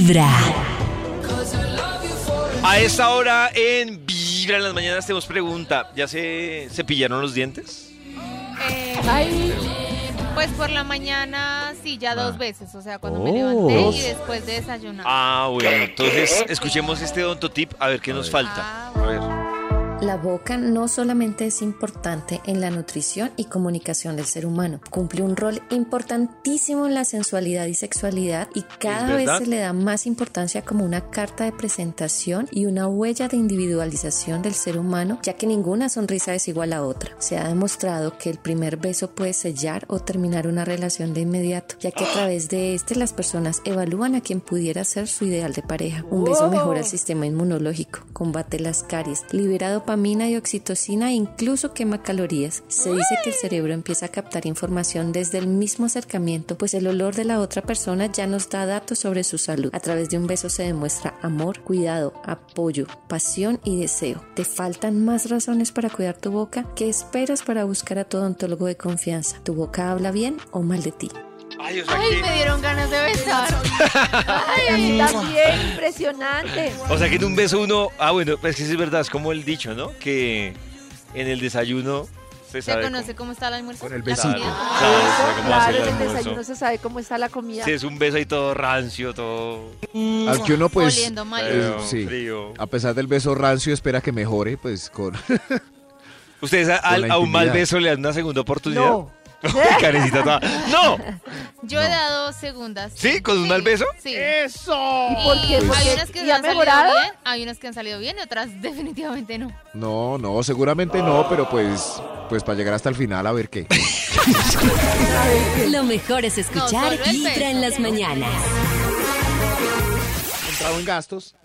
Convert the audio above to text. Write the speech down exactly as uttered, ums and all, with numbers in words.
Vibra. A esta hora en Vibra en las mañanas tenemos pregunta. ¿Ya se cepillaron los dientes? Eh, Ay. Pues por la mañana sí, ya dos Ah. veces, o sea, cuando Oh. me levanté y después de desayunar. Ah, bueno, entonces escuchemos este odontotip a ver qué nos falta. Ah, A ver. La boca no solamente es importante en la nutrición y comunicación del ser humano, cumple un rol importantísimo en la sensualidad y sexualidad y cada ¿Es vez verdad? se le da más importancia como una carta de presentación y una huella de individualización del ser humano, ya que ninguna sonrisa es igual a otra. Se ha demostrado que el primer beso puede sellar o terminar una relación de inmediato, ya que a través de este las personas evalúan a quien pudiera ser su ideal de pareja. Un beso mejora el sistema inmunológico, combate las caries, libera dopamina y oxitocina e incluso quema calorías. Se dice que el cerebro empieza a captar información desde el mismo acercamiento, pues el olor de la otra persona ya nos da datos sobre su salud. A través de un beso se demuestra amor, cuidado, apoyo, pasión y deseo. ¿Te faltan más razones para cuidar tu boca? ¿Qué esperas para buscar a tu odontólogo de confianza? ¿Tu boca habla bien o mal de ti? Ay, o sea Ay, que, me dieron ganas de besar. Ay, a mí también, impresionante. o sea que en un beso uno... Ah, bueno, pues que sí es verdad, es como el dicho, ¿no? Que en el desayuno se ¿Se sabe conoce cómo... cómo está el almuerzo? Con el La besito. comida. Claro, se sabe cómo hace Claro, el en el almuerzo. desayuno se sabe cómo está la comida. Si es un beso ahí todo rancio, todo... Aunque uno pues, Oliendo mal. feo, sí. frío. a pesar del beso rancio, espera que mejore, pues con... ¿Ustedes a, Con la a un mal intimidad. beso le dan una segunda oportunidad? No. Carecita toda. ¡No! Yo he dado segundas. ¿Sí? ¿Con un mal beso? Sí. ¡Eso! ¿Y por qué? Hay Porque- unas que ¿y ha han salido mejorado? bien, hay unas que han salido bien y otras definitivamente no. No, no, seguramente no, pero pues, pues para llegar hasta el final a ver qué. Lo mejor es escuchar No, solo el Vibra en beso. las mañanas. Entrado en gastos.